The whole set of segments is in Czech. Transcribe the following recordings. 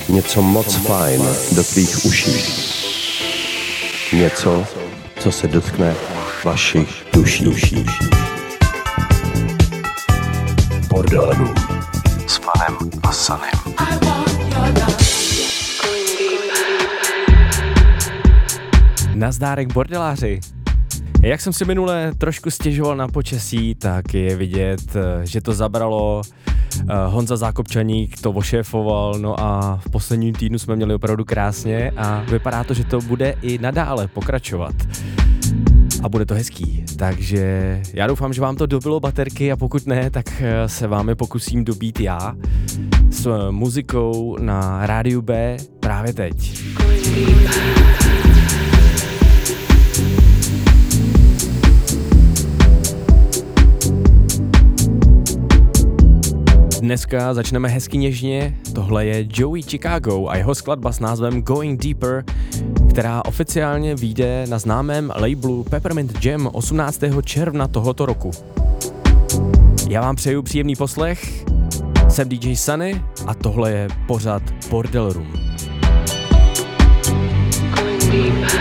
něco moc fajn do tvých uší. Něco, co se dotkne vašich duší. Bordelů s Fanem a Sanem. Nazdárek bordeláři. Jak jsem si minule trošku stěžoval na počasí, tak je vidět, že to zabralo. Honza Zákopčaník to ošéfoval, no a v posledním týdnu jsme měli opravdu krásně a vypadá to, že to bude i nadále pokračovat. A bude to hezký, takže já doufám, že vám to dobilo baterky a pokud ne, tak se vámi pokusím dobít já s muzikou na rádiu B právě teď. Dneska začneme hezky něžně, tohle je Joey Chicago a jeho skladba s názvem Going Deeper, která oficiálně vyjde na známém labelu Peppermint Jam 18. června tohoto roku. Já vám přeju příjemný poslech, jsem DJ Sunny a tohle je pořad Bordel Room. Going deeper.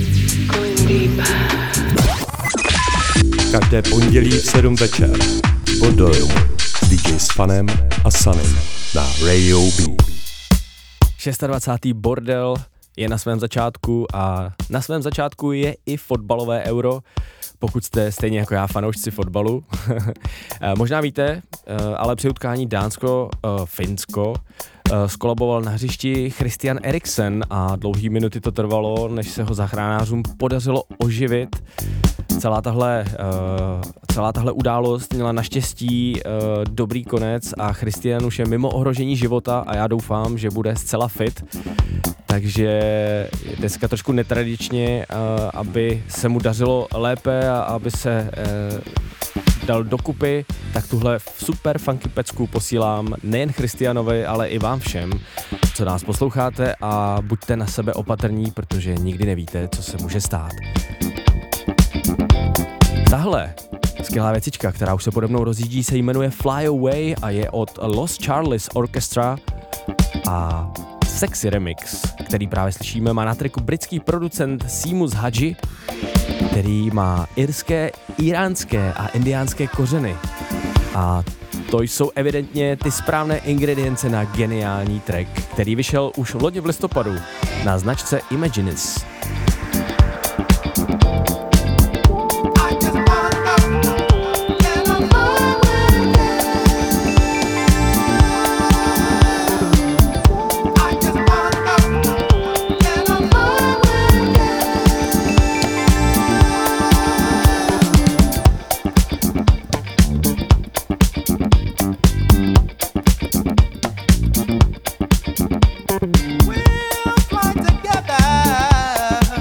Každé pondělí v 7 večer Bordel s DJ Spanem a Sanem na Radio B. 26. bordel je na svém začátku a na svém začátku je i fotbalové euro, pokud jste stejně jako já fanoušci fotbalu. Možná víte, ale při utkání Dánsko-Finsko skolaboval na hřišti Christian Eriksen a dlouhý minuty to trvalo, než se ho záchranářům podařilo oživit. Celá tahle událost měla naštěstí dobrý konec a Christian už je mimo ohrožení života a já doufám, že bude zcela fit. Takže dneska trošku netradičně, aby se mu dařilo lépe a aby se dal dokupy, tak tuhle super funky pecku posílám nejen Christianovi, ale i vám všem, co nás posloucháte a buďte na sebe opatrní, protože nikdy nevíte, co se může stát. Tahle skvělá věcička, která už se pode mnou rozjíždí, se jmenuje Fly Away a je od Los Charles Orchestra a sexy remix, který právě slyšíme, má na tracku britský producent Seamus Haji, který má irské, iránské a indiánské kořeny. A to jsou evidentně ty správné ingredience na geniální track, který vyšel už loni v listopadu na značce Imaginis. We'll fly together.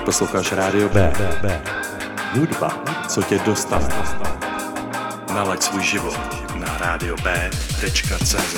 Posloucháš Rádio B. Hudba, co tě dostane. Nalaď svůj život na radiob.cz.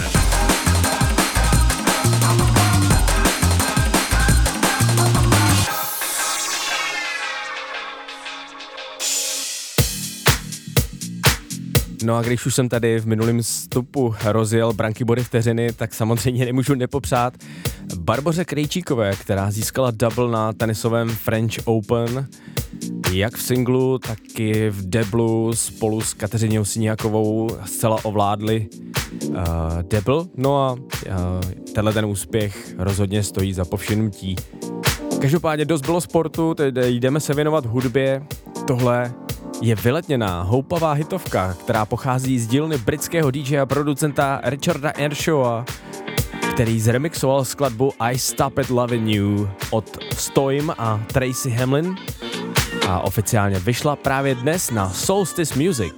No a když už jsem tady v minulém vstupu rozjel branky body vteřiny, tak samozřejmě nemůžu nepopřát Barboře Krejčíkové, která získala double na tenisovém French Open, jak v singlu, tak i v deblu spolu s Kateřinou Siniakovou zcela ovládli double. No a tenhle ten úspěch rozhodně stojí za povšimnutí. Každopádně dost bylo sportu, teď jdeme se věnovat hudbě. Tohle je vyletněná, houpavá hitovka, která pochází z dílny britského DJ a producenta Richarda Earshawa, který zremixoval skladbu I Stopped Loving You od Stoim a Tracy Hamlin a oficiálně vyšla právě dnes na Solstice Music.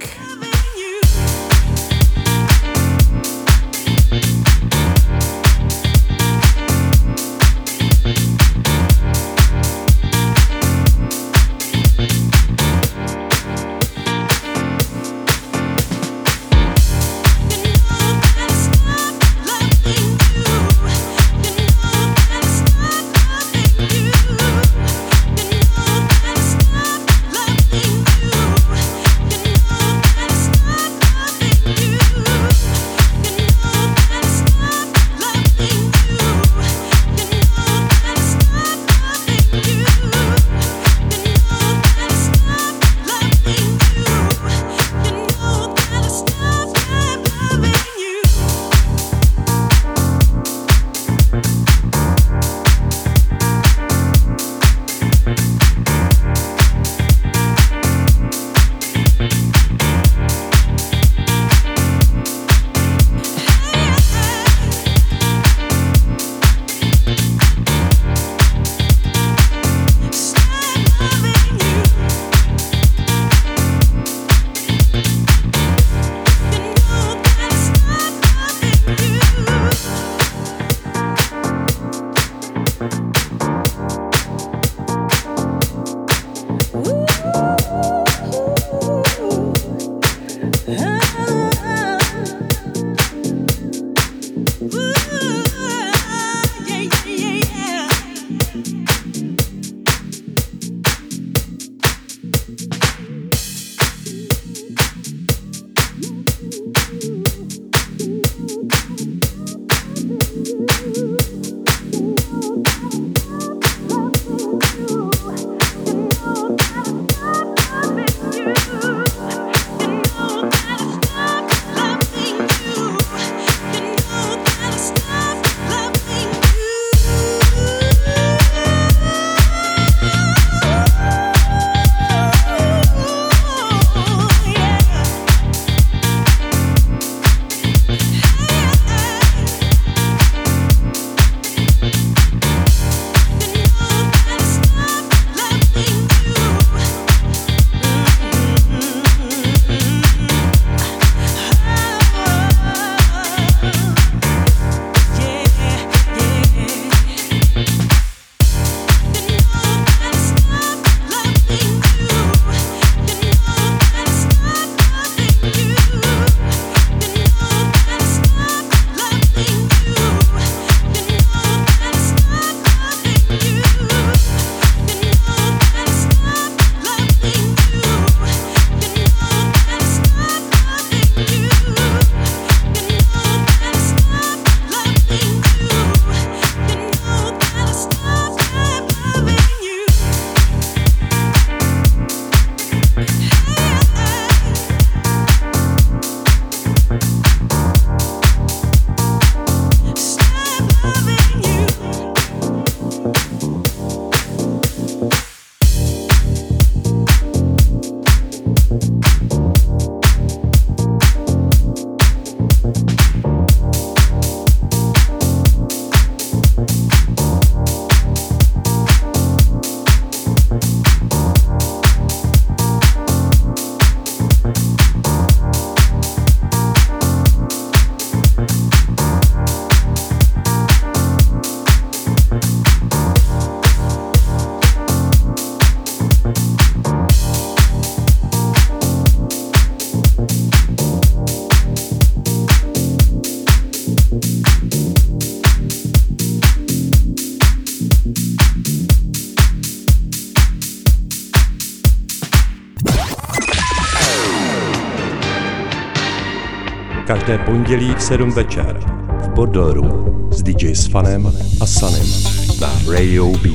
každé pondělí v 7 večer v Bordel Room s DJ Fanem a Sunem na Radio B.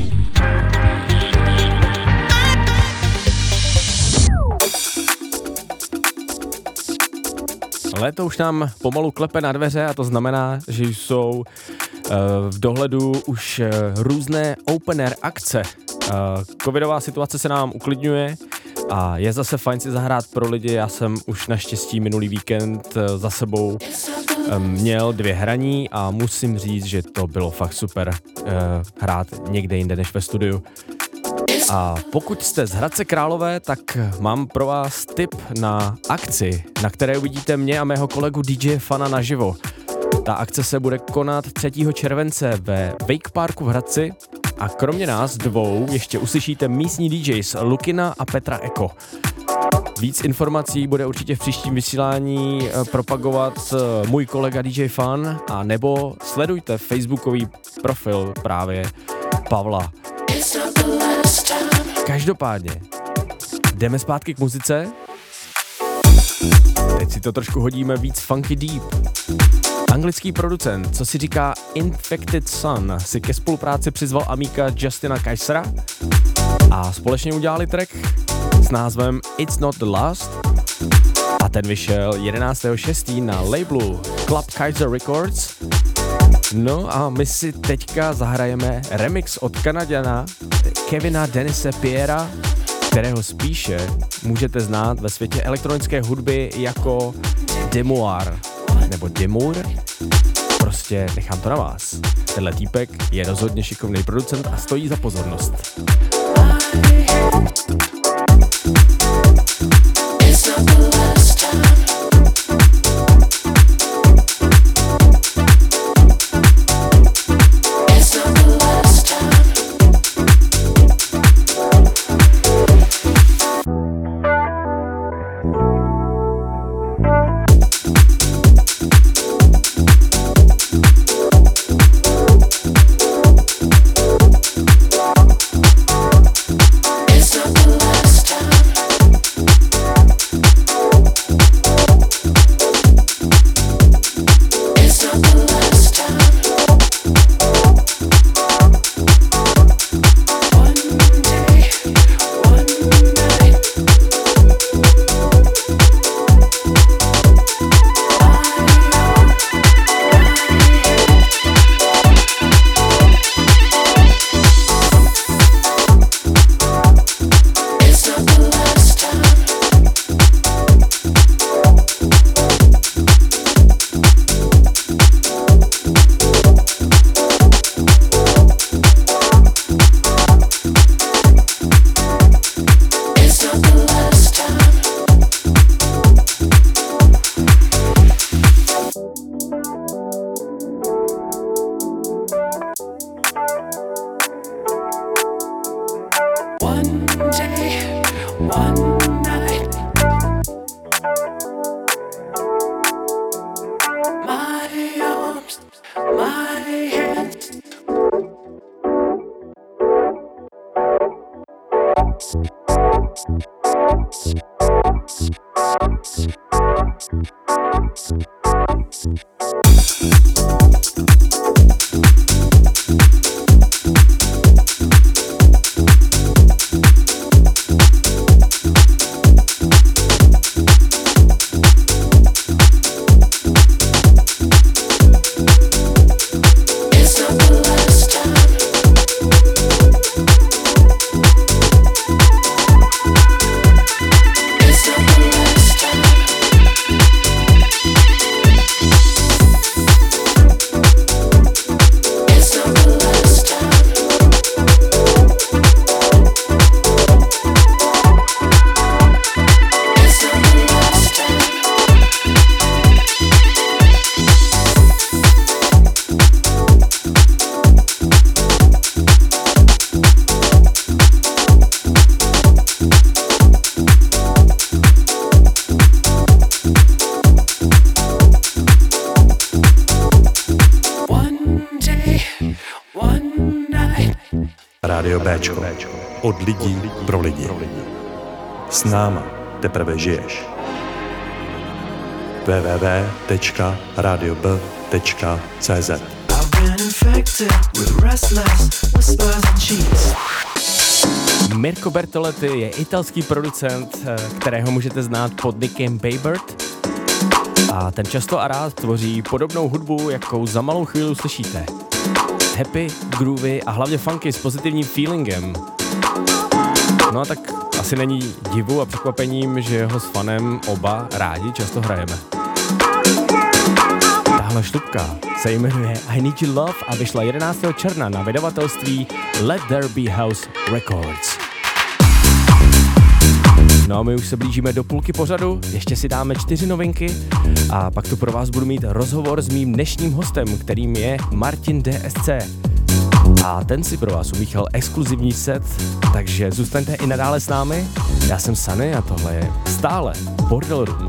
Léto už nám pomalu klepe na dveře a to znamená, že jsou v dohledu už různé open air akce. Covidová situace se nám uklidňuje a je zase fajn si zahrát pro lidi. Já jsem už naštěstí minulý víkend za sebou měl 2 hraní a musím říct, že to bylo fakt super hrát někde jinde než ve studiu. A pokud jste z Hradce Králové, tak mám pro vás tip na akci, na které uvidíte mě a mého kolegu DJ Fana naživo. Ta akce se bude konat 3. července ve Wake Parku v Hradci a kromě nás 2 ještě uslyšíte místní DJs Lukina a Petra Eko. Víc informací bude určitě v příštím vysílání propagovat můj kolega DJ Fan a nebo sledujte facebookový profil právě Pavla. Každopádně, jdeme zpátky k muzice. Teď si to trošku hodíme víc funky deep. Anglický producent, co si říká Infected Sun, si ke spolupráci přizval amíka Justina Kaisera a společně udělali track s názvem It's Not The Last a ten vyšel 11.6. na labelu Club Kaiser Records. No a my si teďka zahrajeme remix od Kanaďana Kevina Denise Piera, kterého spíše můžete znát ve světě elektronické hudby jako Demoir nebo Demur. Prostě nechám to na vás. Tenhle týpek je rozhodně šikovný producent a stojí za pozornost. Rádio Béčko. Od lidí pro lidi. S náma teprve žiješ. www.radiob.cz. Mirko Bertoletti je italský producent, kterého můžete znát pod nickem Baybird. A ten často a rád tvoří podobnou hudbu, jakou za malou chvíli slyšíte. Happy, groovy a hlavně funky s pozitivním feelingem. No a tak asi není divu a překvapením, že ho s fanem oba rádi často hrajeme. Tahle šlupka se jmenuje I Need You Love a vyšla 11. června na vydavatelství Let There Be House Records. No a my už se blížíme do půlky pořadu, ještě si dáme 4 novinky a pak tu pro vás budu mít rozhovor s mým dnešním hostem, kterým je Martin DSC. A ten si pro vás umíchal exkluzivní set, takže zůstaňte i nadále s námi. Já jsem Sunny a tohle je stále Bordel Room.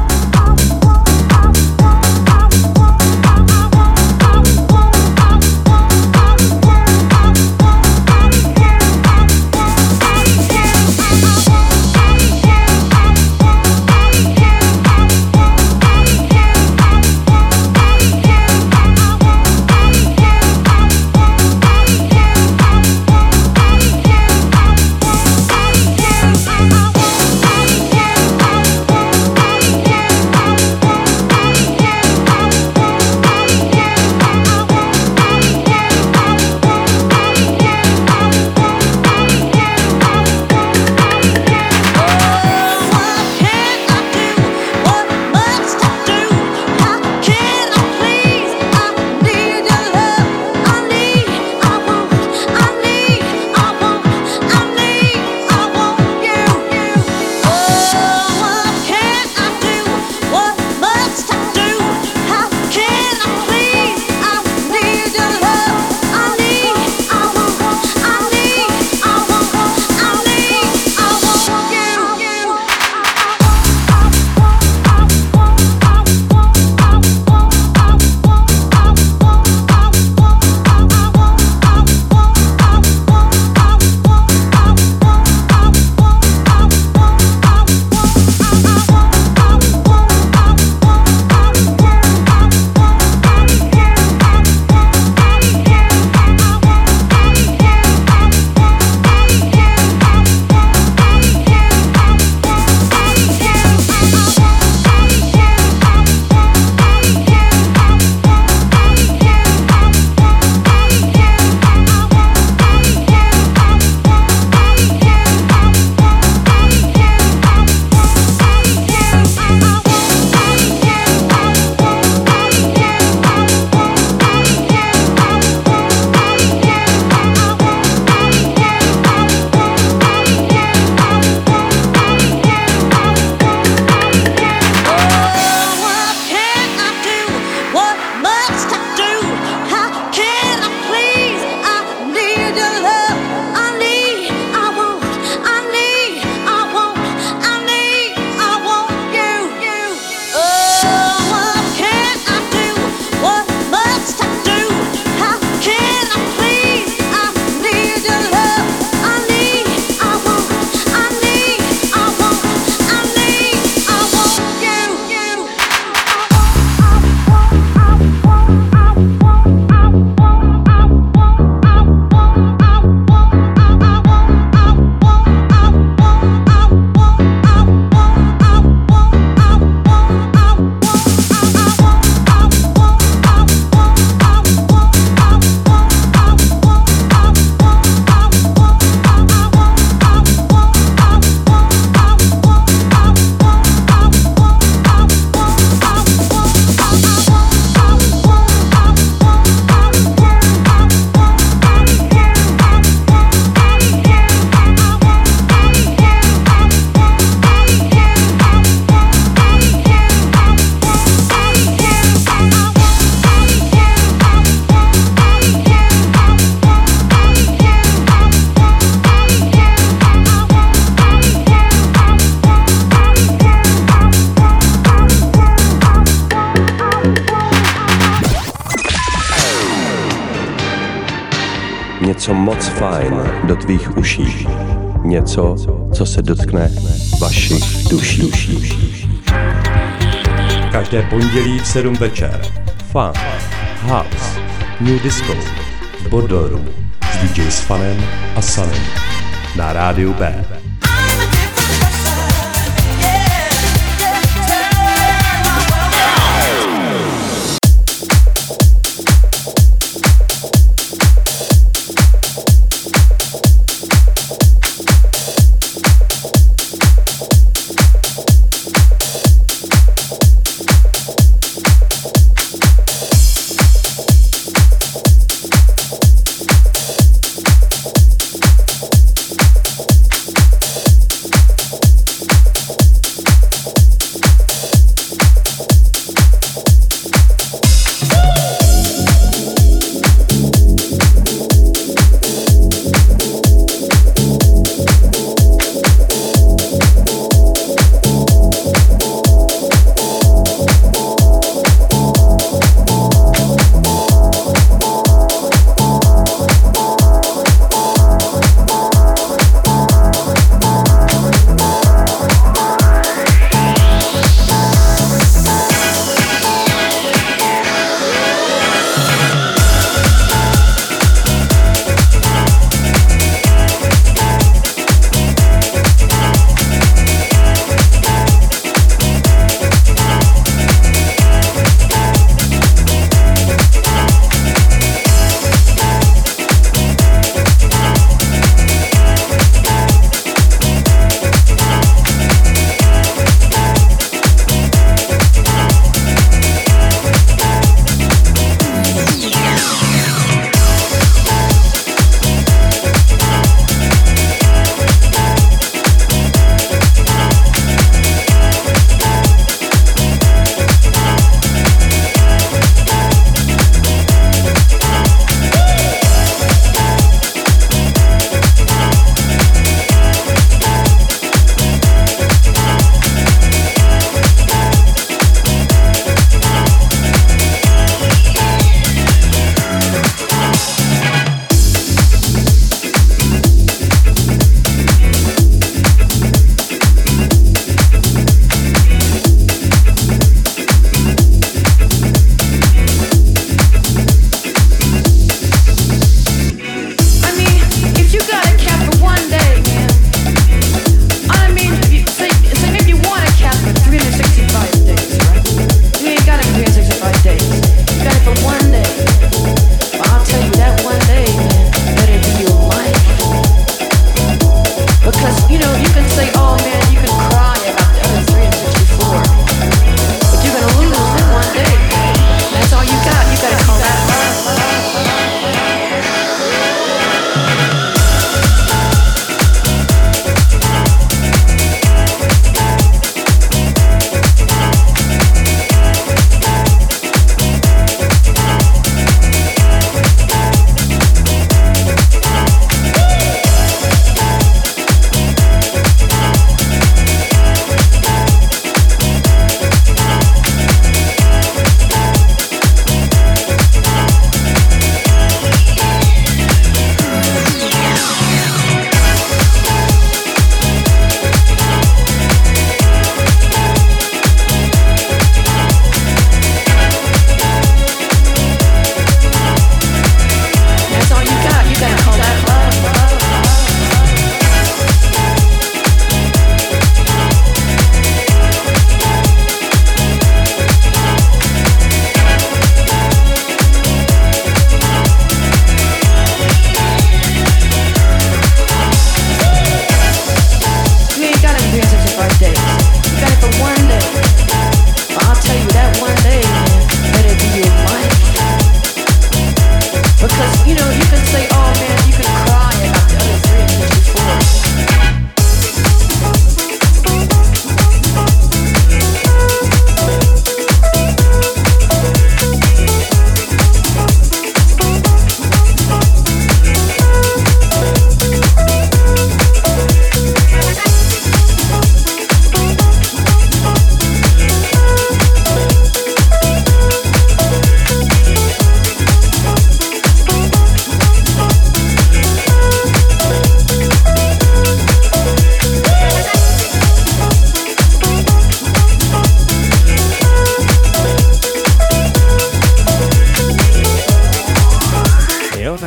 Něco moc fajn do tvých uší. Něco, co se dotkne vašich duší. Každé pondělí v 7 večer. Fun, House, New Disco, Bordel Room s DJ Fanem a Sanem na rádiu B.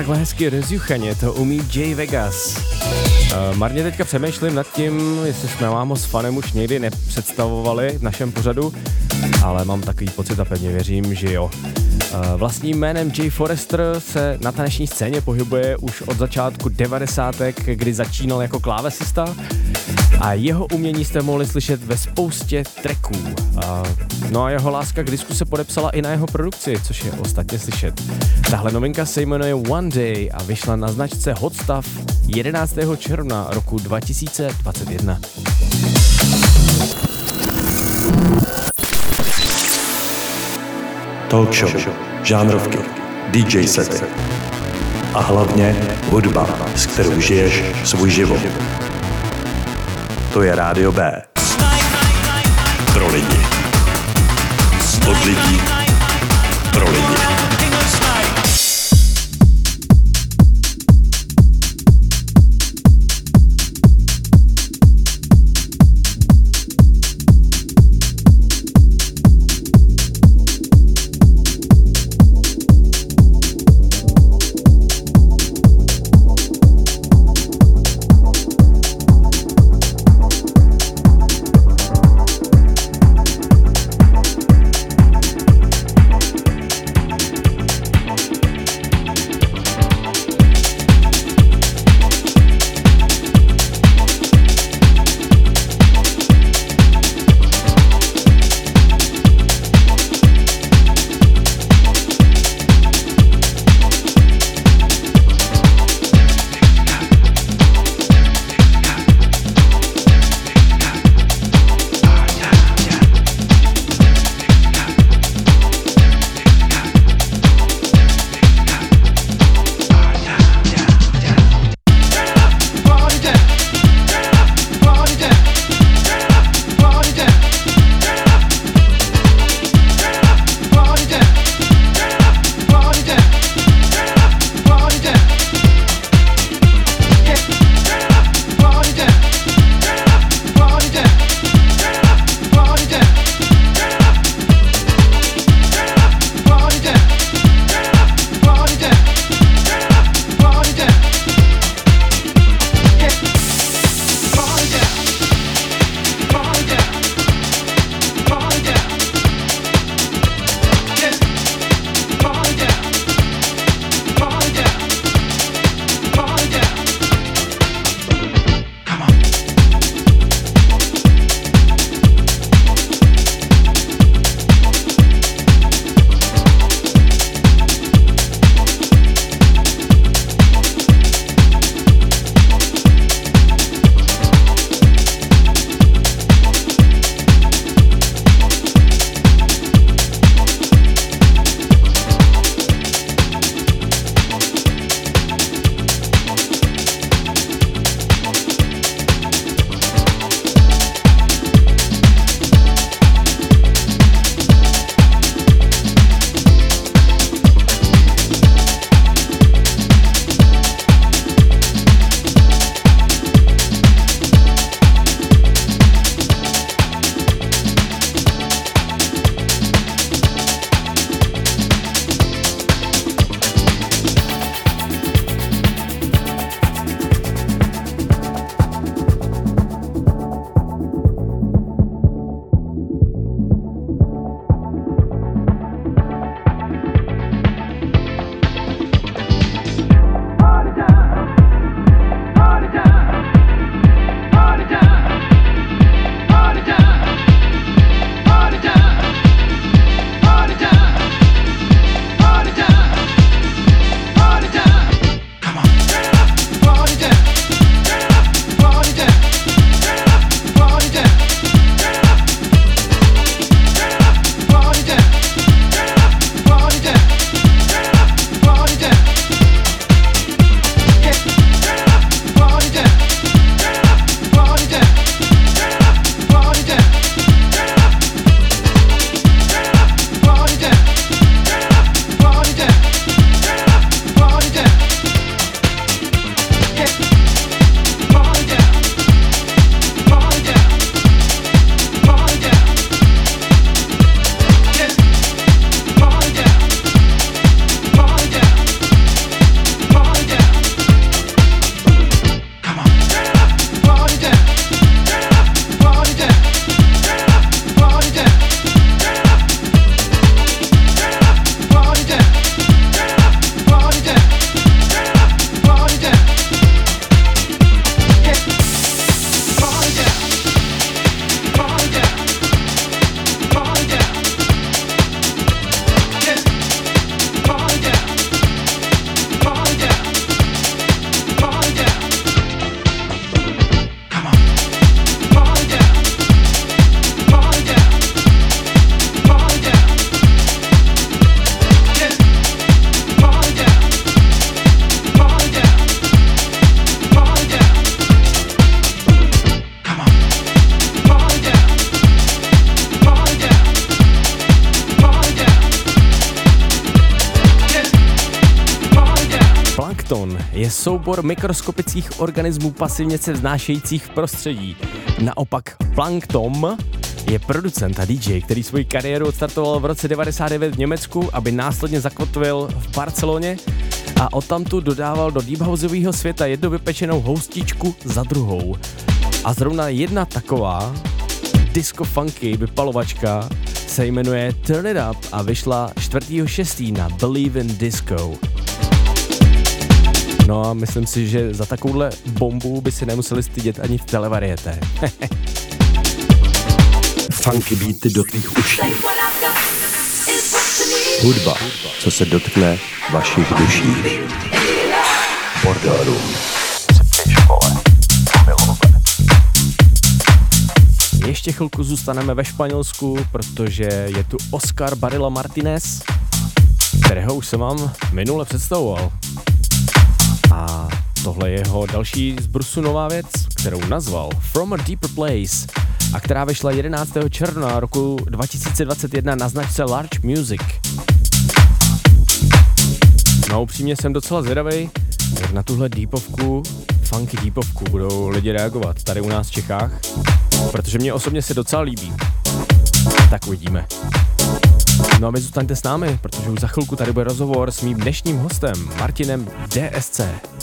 takhle hezky rozjuchaně to umí Jay Vegas. Marně teďka přemýšlím nad tím, jestli jsme vám ho s Fanem už někdy nepředstavovali v našem pořadu, ale mám takový pocit a pevně věřím, že jo. Vlastním jménem Jay Forrester se na taneční scéně pohybuje už od začátku 90. kdy začínal jako klávesista a jeho umění jste mohli slyšet ve spoustě tracků. No a jeho láska k disku se podepsala i na jeho produkci, což je ostatně slyšet. Tahle novinka se jmenuje One Day a vyšla na značce Hot Stuff 11. června roku 2021. Talk show, žánrovky, DJ sety a hlavně hudba, s kterou žiješ svůj život. To je Rádio B. Pro lidi. Od lidí. Pro lidi. Plankton je soubor mikroskopických organismů pasivně se vznášejících v prostředí. Naopak Plankton je producent a DJ, který svoji kariéru odstartoval v roce 99 v Německu, aby následně zakotvil v Barceloně a odtamtud dodával do deep houseového světa jednu vypečenou houstičku za druhou. A zrovna jedna taková disco funky vypalovačka se jmenuje Turn It Up a vyšla 4.6. na Believe in Disco. No a myslím si, že za takovouhle bombu by si nemuseli stydět ani v televariété. Funky beaty do tvých uší. Hudba, co se dotkne vašich duší. Bordelroom. Ještě chvilku zůstaneme ve Španělsku, protože je tu Oscar Barilla Martinez, kterého už jsem vám minule představoval. A tohle je jeho další z brusu nová věc, kterou nazval From a Deeper Place a která vyšla 11. června roku 2021 na značce Large Music. No upřímně jsem docela zvědavej, jak na tuhle deepovku, funky deepovku budou lidi reagovat tady u nás v Čechách, protože mě osobně se docela líbí. Tak uvidíme. No a vy zůstaňte s námi, protože už za chvilku tady bude rozhovor s mým dnešním hostem Martinem DSC.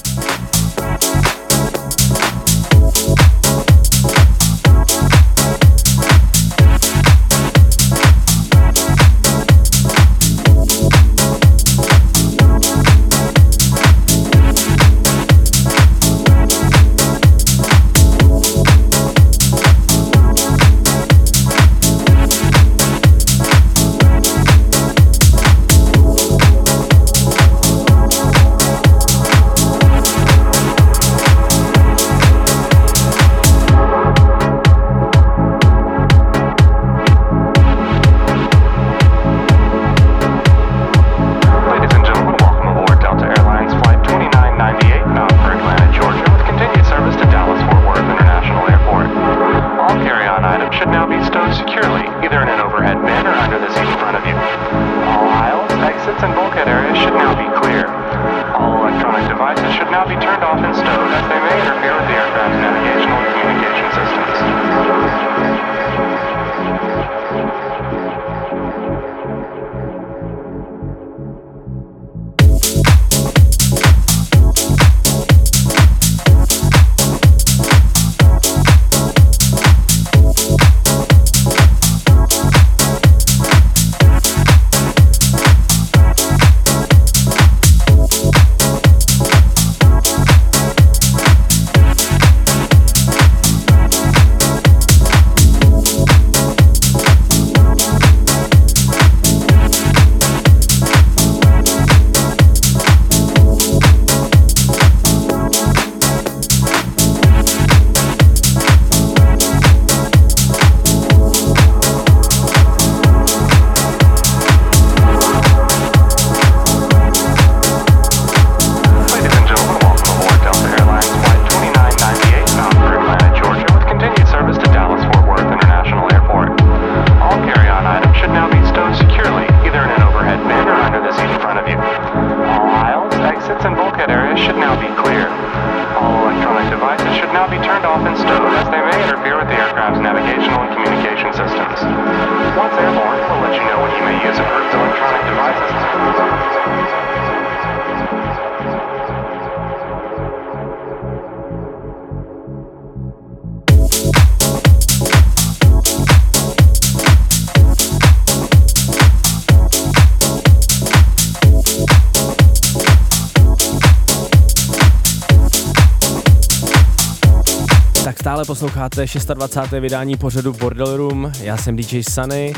Stále posloucháte 26. vydání pořadu Bordel Room, já jsem DJ Sunny,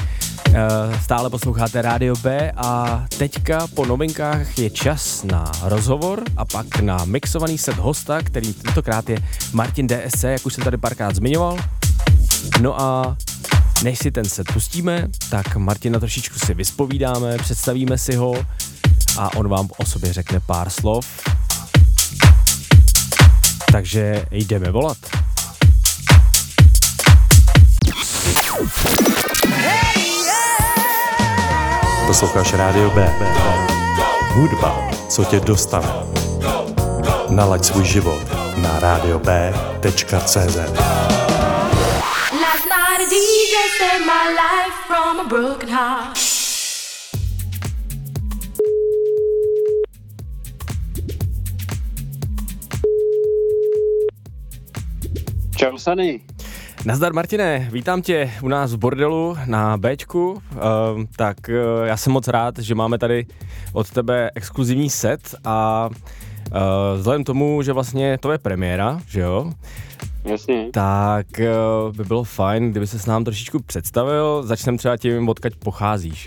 stále posloucháte Rádio B a teďka po novinkách je čas na rozhovor a pak na mixovaný set hosta, kterým tentokrát je Martin DSC, jak už jsem tady párkrát zmiňoval. No a než si ten set pustíme, tak Martina trošičku si vyspovídáme, představíme si ho a on vám o sobě řekne pár slov. Takže jdeme volat. Posloucháš Rádio B. Hudba, co tě dostane. Nalaď svůj život na radiob.cz. Last night a DJ saved my life from a broken heart. Čau, Sany. Nazdar, Martine, vítám tě u nás v bordelu na Bčku, já jsem moc rád, že máme tady od tebe exkluzivní set a vzhledem tomu, že vlastně to je premiéra, že jo? Jasně. Tak by bylo fajn, kdyby se s nám trošičku představil, začneme třeba tím, odkud pocházíš.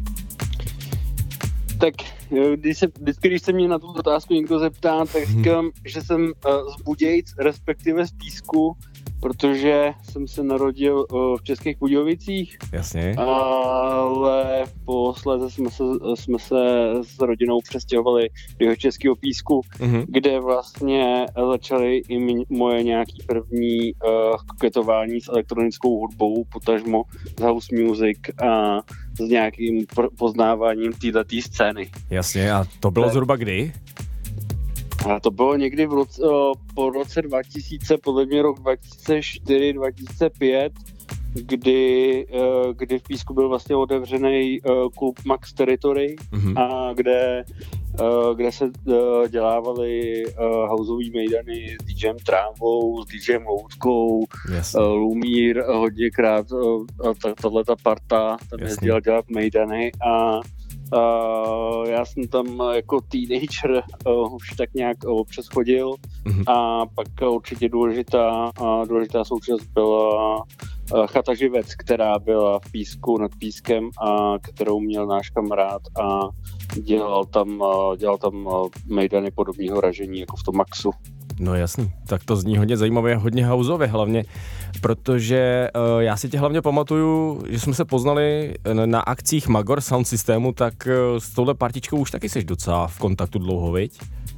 Tak když se mě na tu otázku někdo zeptá, tak říkám, že jsem z Budějc, respektive z Písku, protože jsem se narodil v Českých Budějovicích. Jasně. Ale posléze jsme se s rodinou přestěhovali do Jihočeského Písku, kde vlastně začaly i moje nějaký první koketování s elektronickou hudbou, potažmo z house music a s nějakým poznáváním této scény. Jasně, a to bylo zhruba kdy? A to bylo někdy po roce 2000, podle mě rok 2004, 2005, kdy v Písku byl vlastně otevřený klub Max Territory, a kde se dělávaly houseový mejdany s DJem Trávou, s DJem Loutkou, Lumír hodněkrát, tato parta tam jezdila dělat mejdany a já jsem tam jako teenager už tak nějak občas chodil a pak určitě důležitá součást byla Chata Živec, která byla v Písku nad Pískem a kterou měl náš kamarád a dělal tam mejdany podobného ražení jako v tom Maxu. No jasný, tak to zní hodně zajímavě, hodně houseově hlavně, protože já si tě hlavně pamatuju, že jsme se poznali na akcích Magor Sound Systemu, tak s touhle partičkou už taky seš docela v kontaktu dlouho, viď?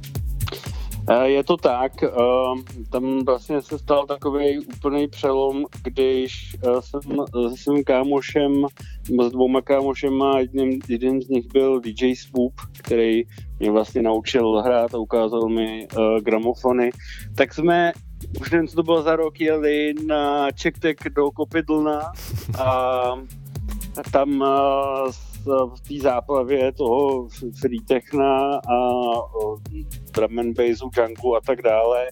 Je to tak, tam vlastně se stal takový úplný přelom, když jsem se svým kámošem, s dvouma kámošema, jeden z nich byl DJ Swoop, který mě vlastně naučil hrát a ukázal mi gramofony, tak jsme, už nevím, co to bylo za rok, jeli na Čektek do Kopidlna a tam v té záplavě toho free techna a drum and bassu, jungu a tak dále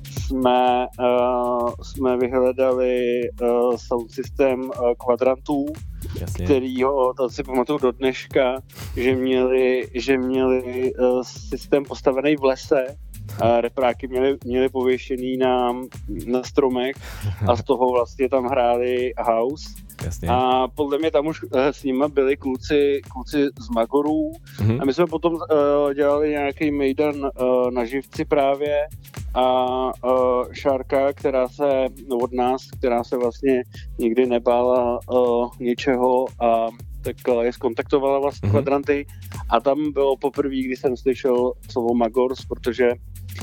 jsme vyhledali sound systém Kvadrantů, kterýho, to si pamatuju do dneška, že měli systém postavený v lese a repráky měli pověšený na stromech a z toho vlastně tam hráli house. Jasně. A podle mě tam už s nima byli kluci z Magorů a my jsme potom dělali nějaký mejdan na živci právě a Šárka, která se vlastně nikdy nebála ničeho a tak je zkontaktovala vlastně Kvadranty a tam bylo poprvé, kdy jsem slyšel slovo Magors, protože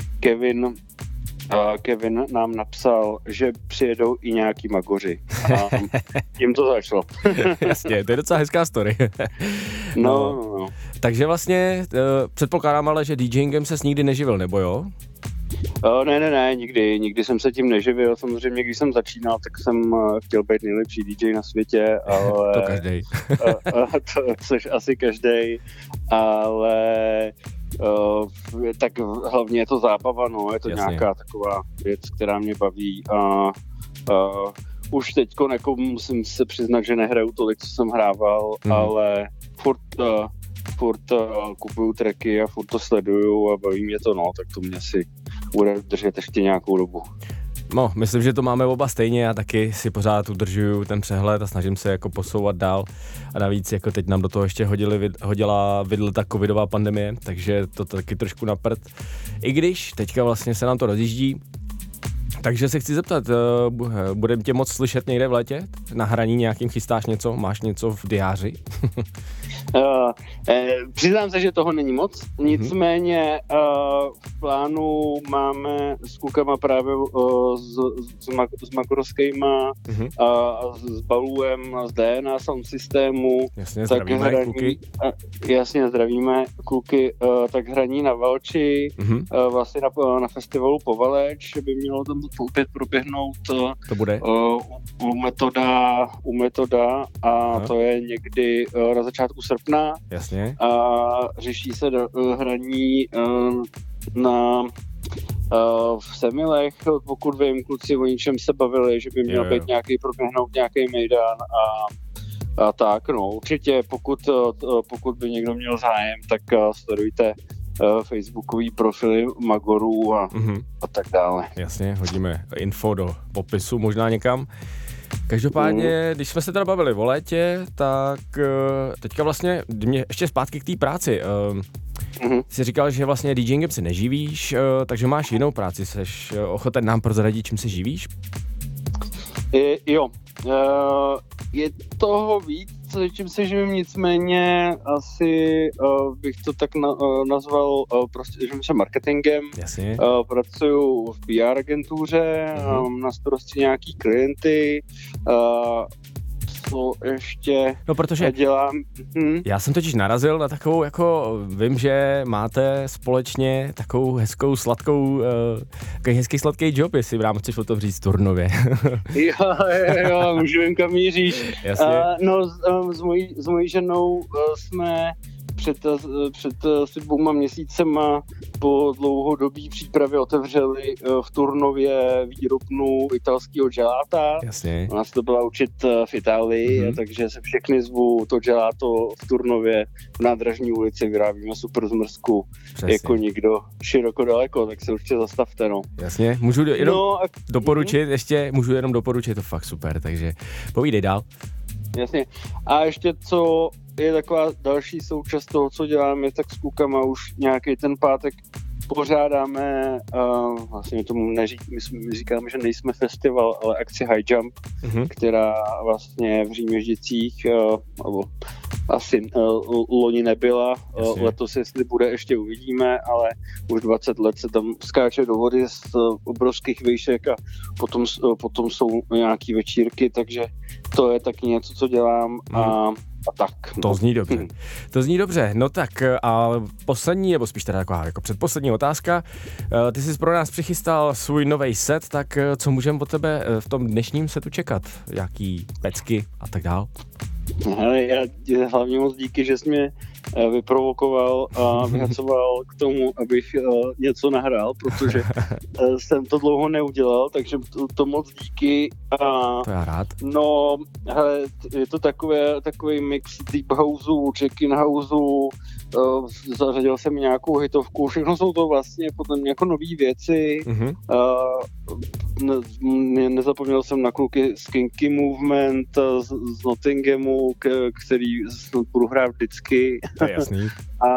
Kevin nám napsal, že přijedou i nějaký Magoři. A jim to zašlo. Jasně, to je docela hezká story. No. Takže vlastně předpokládám ale, že DJingem ses nikdy neživil, nebo jo? Ne, nikdy jsem se tím neživil. Samozřejmě, když jsem začínal, tak jsem chtěl být nejlepší DJ na světě, ale... To každej. To což asi každej, ale... tak hlavně je to zábava, no, je to Jasně. Nějaká taková věc, která mě baví a už teďko jako musím se přiznat, že nehraju tolik, co jsem hrával, ale furt kupuju tracky a furt to sleduju a baví mě to, no, tak to mě si bude držet ještě nějakou dobu. No, myslím, že to máme oba stejně, já taky si pořád udržuju ten přehled a snažím se jako posouvat dál a navíc jako teď nám do toho ještě hodila ta covidová pandemie, takže to taky trošku na prd. I když teďka vlastně se nám to rozjíždí, takže se chci zeptat, budeme tě moc slyšet někde v létě? Na hraní nějakým chystáš něco? Máš něco v diáři? Přiznám se, že toho není moc, nicméně v plánu máme s klukama právě s makrovskýma a s Baluem, z DNA Sound Systému. Jasně, zdravíme kluky. Jasně, zdravíme kluky, tak hraní na Valči, vlastně na festivalu Povaleč, by mělo tam opět proběhnout to bude u Metoda a to je někdy na začátku srpna. Jasně. A řeší se hraní v Semilech, pokud vím, kluci o ničem se bavili, že by měl být proběhnout nějaký mejdan a tak, no. Určitě, pokud by někdo měl zájem, tak sledujte facebookový profily Magorů a tak dále. Jasně, hodíme info do popisu možná někam. Každopádně, když jsme se teda bavili o létě, tak teďka vlastně mě ještě zpátky k té práci. Jsi říkal, že vlastně DJingem si neživíš, takže máš jinou práci. Seš ochoten nám prozradit, čím se živíš? Jo. Je toho víc, čím se živím, nicméně asi bych to tak nazval prostě, že jsem marketingem. Jasně. Pracuju v PR agentuře, na starosti nějaký klienty, co ještě protože dělám. Já jsem totiž narazil na takovou, jako vím, že máte společně takovou hezkou, sladkou, takový hezký sladký job, jestli vám chceš o tom říct Turnově. jo, můžu jen kam míříš. Jasně. S mojí ženou jsme před asi 2 měsícema po dlouhodobý přípravě otevřeli v Turnově výrobnu italského gelata. Jasně. Ona se to byla učit v Itálii, takže se všechny zvu to gelato v Turnově v Nádražní ulici, vyrábíme super zmrzku. Přesně. Jako nikdo široko daleko, tak se určitě zastavte, no. Jasně, můžu jenom doporučit, to fakt super, takže povídej dál. Jasně. A ještě co je taková další součást toho, co děláme, tak s klukama už nějaký ten pátek pořádáme, vlastně tomu my říkáme, že nejsme festival, ale akci High Jump, která vlastně v Říměžděcích, nebo asi loni nebyla, letos jestli bude, ještě uvidíme, ale už 20 let se tam skáče do vody z obrovských výšek a potom jsou nějaký večírky, takže to je taky něco, co dělám a tak. To zní dobře. No tak a poslední, nebo spíš teda taková jako předposlední otázka. Ty jsi pro nás přichystal svůj nový set, tak co můžeme od tebe v tom dnešním setu čekat? Jaký pecky a tak dál? Hele, já hlavně moc díky, že jsi mě vyprovokoval a vyhacoval k tomu, abych něco nahrál, protože jsem to dlouho neudělal, takže to moc díky. To já rád. No, hele, je to takový mix deep houseu, check-in houseu, zařadil jsem nějakou hitovku, všechno jsou to vlastně potom jako nový věci. Nezapomněl jsem na kluky z Kinky Movement, z Nottinghamu, který budu hrát vždycky. To je jasný.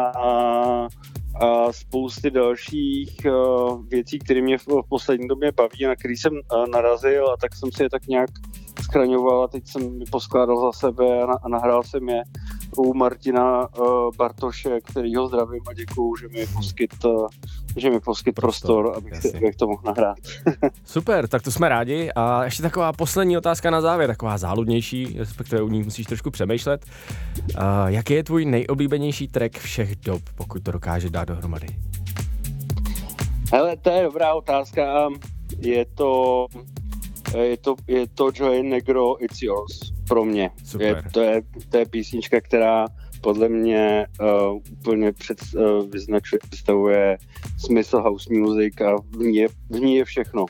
A spousty dalších věcí, které mě v poslední době baví, na který jsem narazil a tak jsem si je tak nějak schraňoval a teď jsem je poskládal za sebe a nahrál jsem je u Martina Bartoše, kterýho zdravím a děkuju, že mi poskyt prostor, abych to mohl nahrát. Super, tak to jsme rádi. A ještě taková poslední otázka na závěr, taková záludnější, respektive u ní musíš trošku přemýšlet. Jaký je tvůj nejoblíbenější track všech dob, pokud to dokáže dát dohromady? Hele, to je dobrá otázka. Je to Joey Negro, It's Yours pro mě. Super. To je písnička, která podle mě úplně představuje smysl house music a v ní je všechno.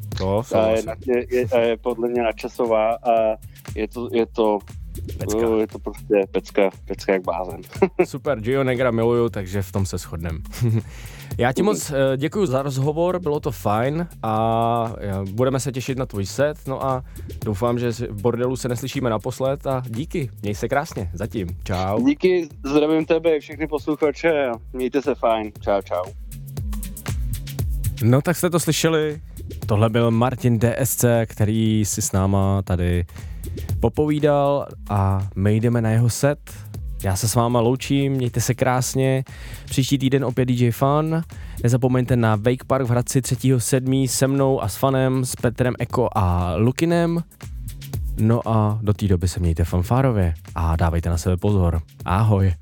Je podle mě nadčasová a je to prostě pecka jak blázen. Super, Gio Negra miluju, takže v tom se shodneme. Já ti moc děkuju za rozhovor, bylo to fajn a budeme se těšit na tvůj set, no a doufám, že v bordelu se neslyšíme naposled a díky, měj se krásně, zatím, čau. Díky, zdravím tebe, všechny posluchače, mějte se fajn, čau. No tak jste to slyšeli, tohle byl Martin DSC, který si s náma tady popovídal a my jdeme na jeho set. Já se s váma loučím, mějte se krásně, příští týden opět DJ Fun, nezapomeňte na Wake Park v Hradci 3.7. se mnou a s Fanem, s Petrem Eko a Lukinem. No a do té doby se mějte fanfárově a dávejte na sebe pozor. Ahoj.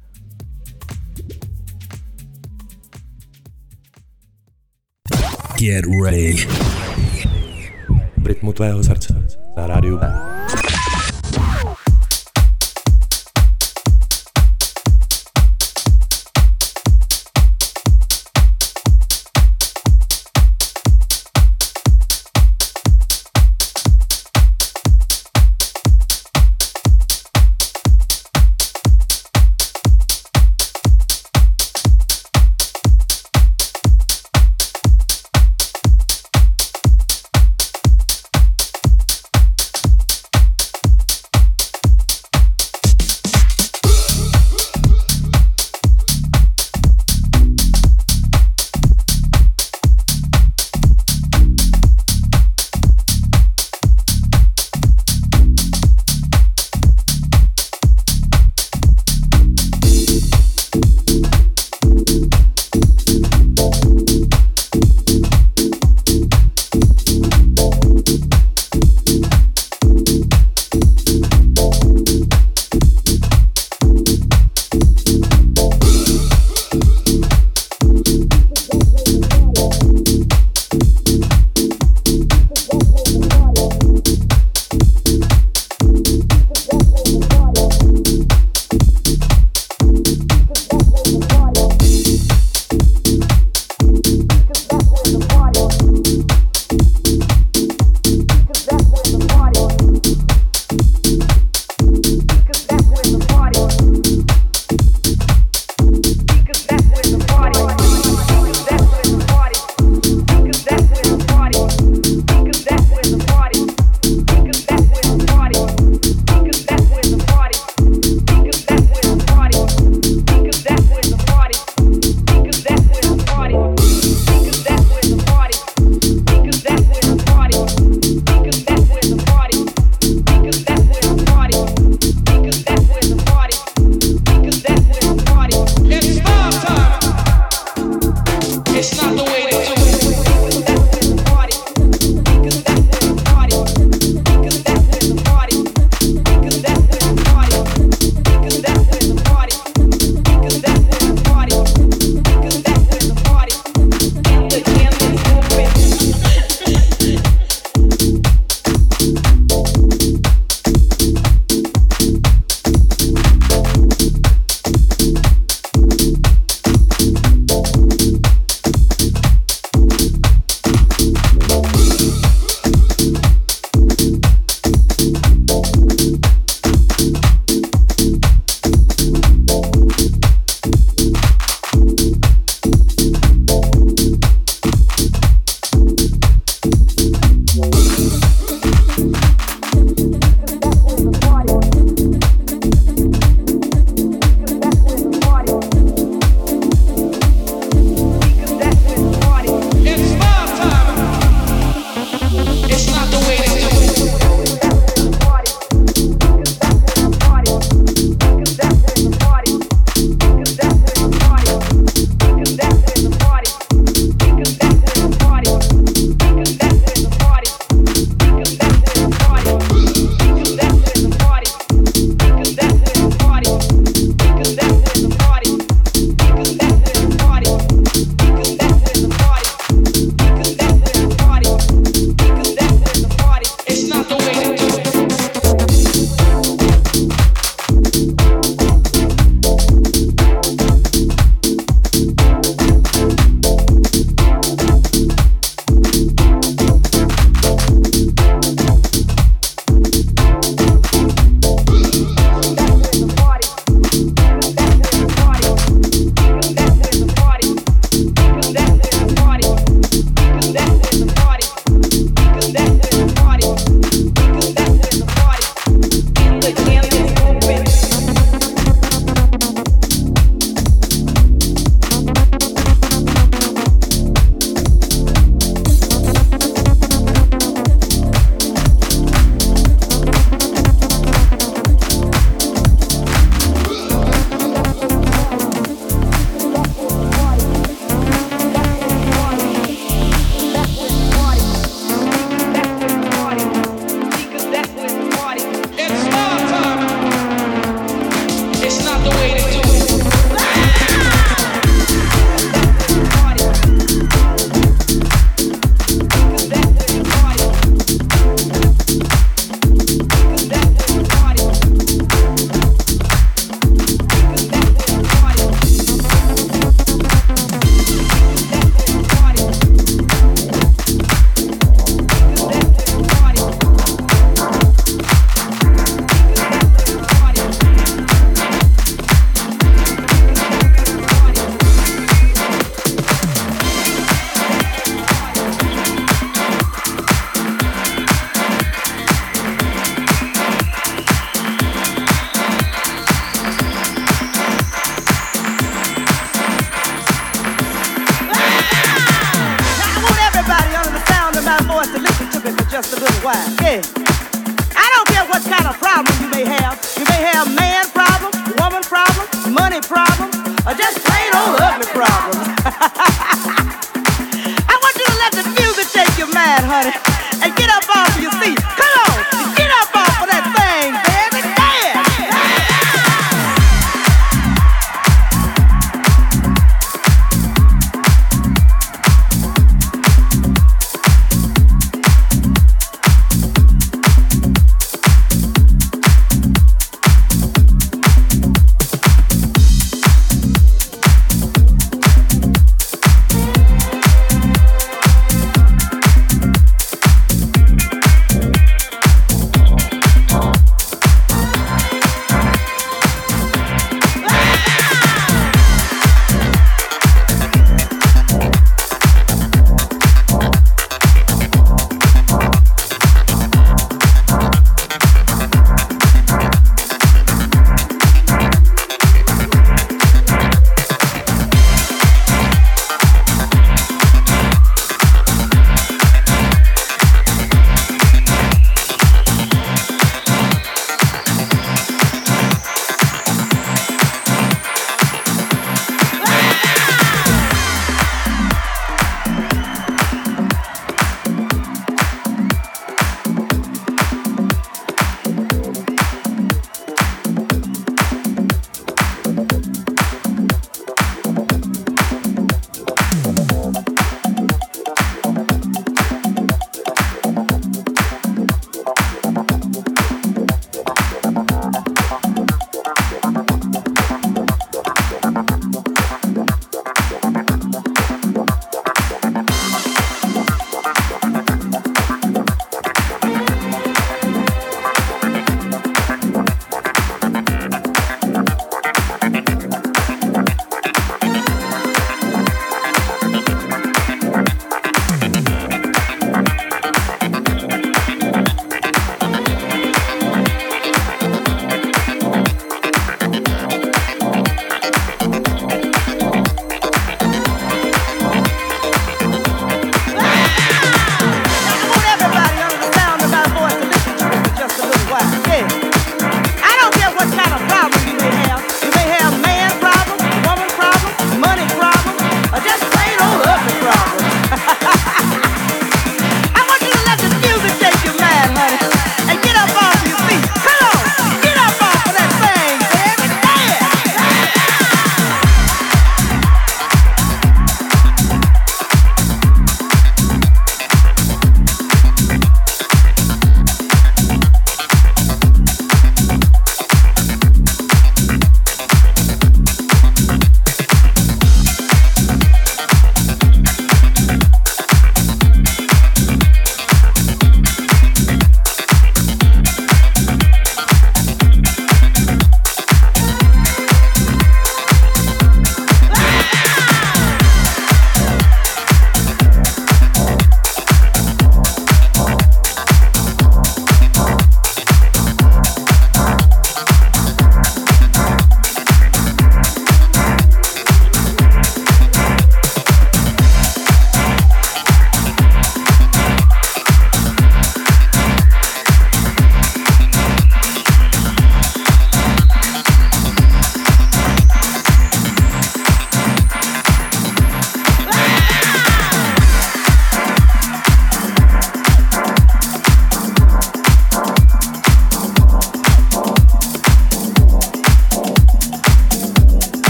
Get ready. V rytmu tvého srdce na rádiu B. just a little while. Yeah. I don't care what kind of problem you may have. You may have man problem, woman problem, money problem, or just plain old ugly problem. I want you to let the music take your mind, honey, and get up off of your seat. Come on, get up off of that thing, baby. Dance.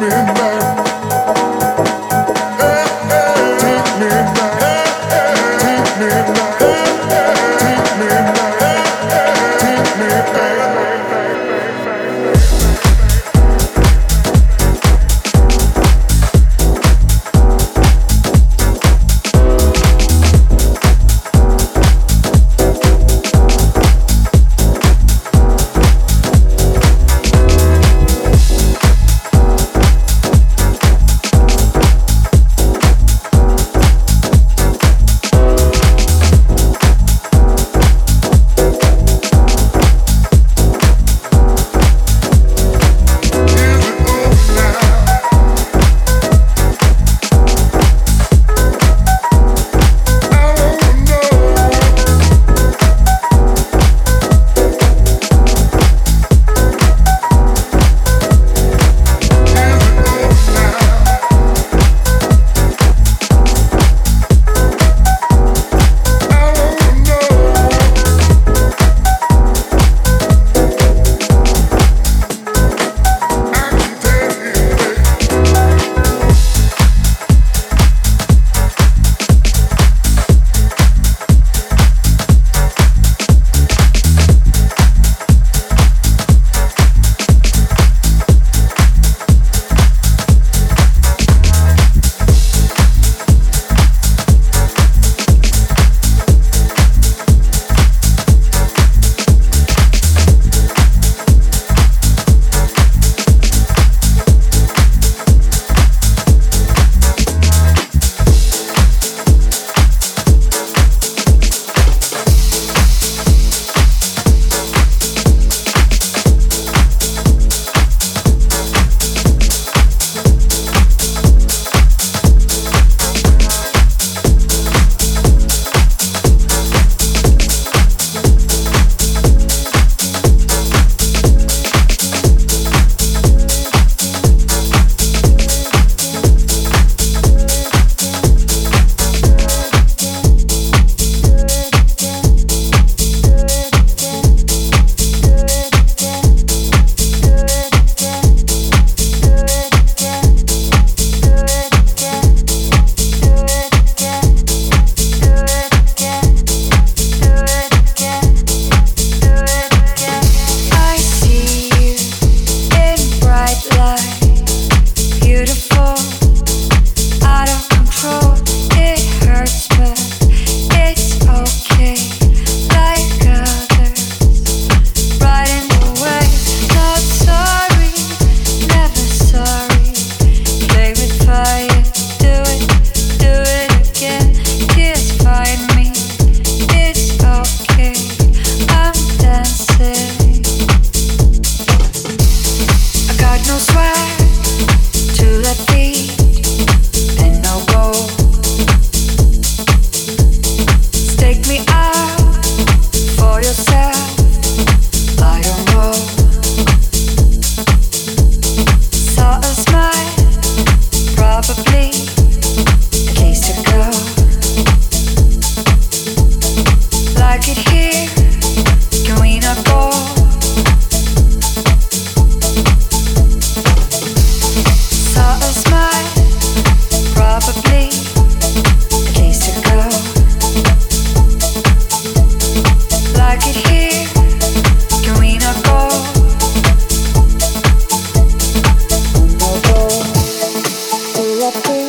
Let me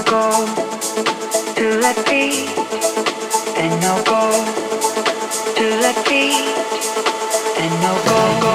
go to let be, then no go to let be, then no go.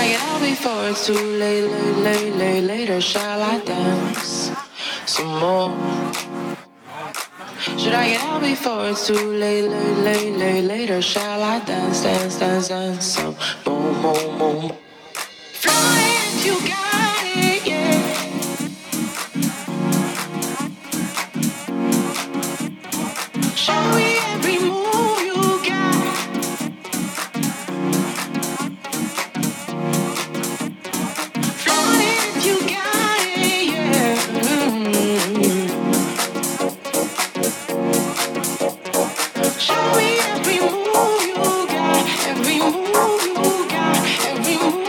I get out before it's too late, later shall I dance some more? Should I get out before it's too late, later shall I dance some more? Fly if you got it, yeah. Show me every move you got. Fly if you got it, yeah. Show me every move you got, every move you got, every move.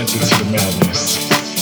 method to the madness.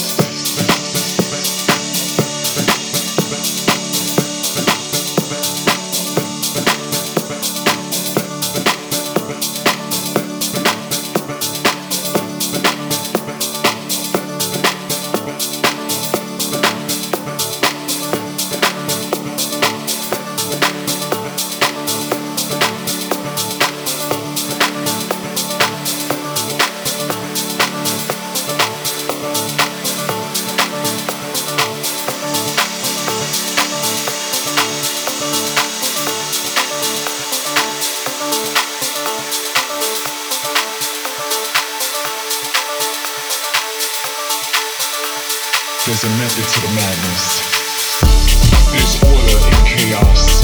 There's a method to the madness. There's order in chaos.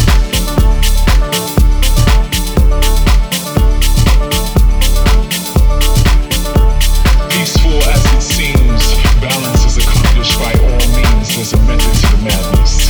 Peaceful as it seems, balance is accomplished by all means. There's a method to the madness.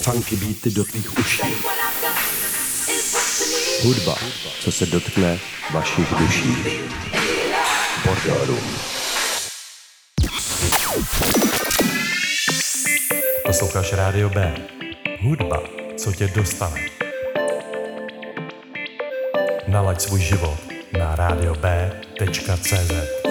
funky beaty do tvých uší. Hudba, co se dotkne vašich duší. Bordelů. Posloucháš Rádio B. Hudba, co tě dostane. Nalaď svůj život na radiob.cz.